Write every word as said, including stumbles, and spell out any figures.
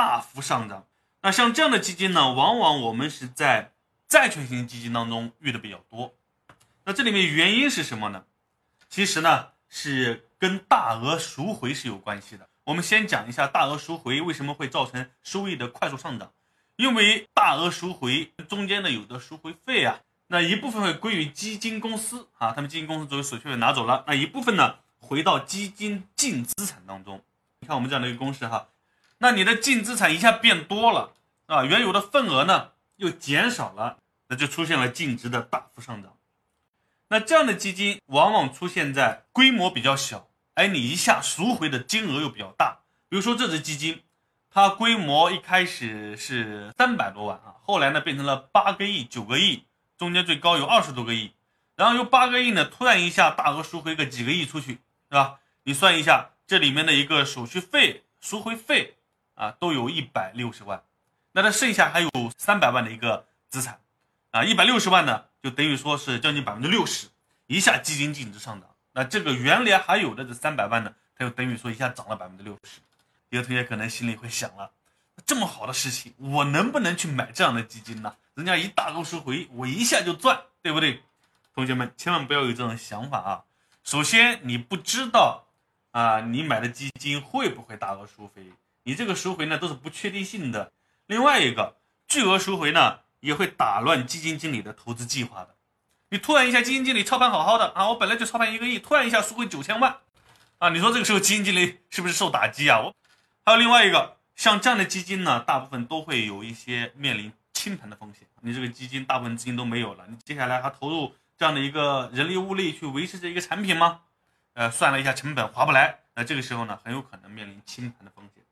大幅上涨。那像这样的基金呢，往往我们是在债券型基金当中遇的比较多。那这里面原因是什么呢？其实呢是跟大额赎回是有关系的。我们先讲一下大额赎回为什么会造成收益的快速上涨。因为大额赎回中间的有的赎回费啊，那一部分会归于基金公司啊，他们基金公司作为手续费拿走了，那一部分呢回到基金净资产当中。你看我们这样的一个公式哈，那你的净资产一下变多了啊，原有的份额呢又减少了，那就出现了净值的大幅上涨。那这样的基金往往出现在规模比较小，哎，你一下赎回的金额又比较大。比如说这只基金，它规模一开始是三百多万啊，后来呢变成了八个亿、九个亿，中间最高有二十多个亿，然后由八个亿呢突然一下大额赎回个几个亿出去，对吧？你算一下，这里面的一个手续费、赎回费啊，都有一百六十万，那它剩下还有三百万的一个资产啊，一百六十万呢，就等于说是将近百分之六十，一下基金净值上涨。那这个原来还有的这三百万呢，它就等于说一下涨了百分之六十。有的同学可能心里会想了，这么好的事情，我能不能去买这样的基金呢？人家一大额赎回，我一下就赚，对不对？同学们千万不要有这种想法啊！首先，你不知道啊，你买的基金会不会大额赎回？你这个赎回呢都是不确定性的。另外一个，巨额赎回呢也会打乱基金经理的投资计划的。你突然一下基金经理操盘好好的啊，我本来就操盘一个亿，突然一下赎回九千万啊，你说这个时候基金经理是不是受打击啊？我还有另外一个，像这样的基金呢，大部分都会有一些面临清盘的风险。你这个基金大部分资金都没有了，你接下来还投入这样的一个人力物力去维持这一个产品吗？呃，算了一下成本划不来，那这个时候呢，很有可能面临清盘的风险。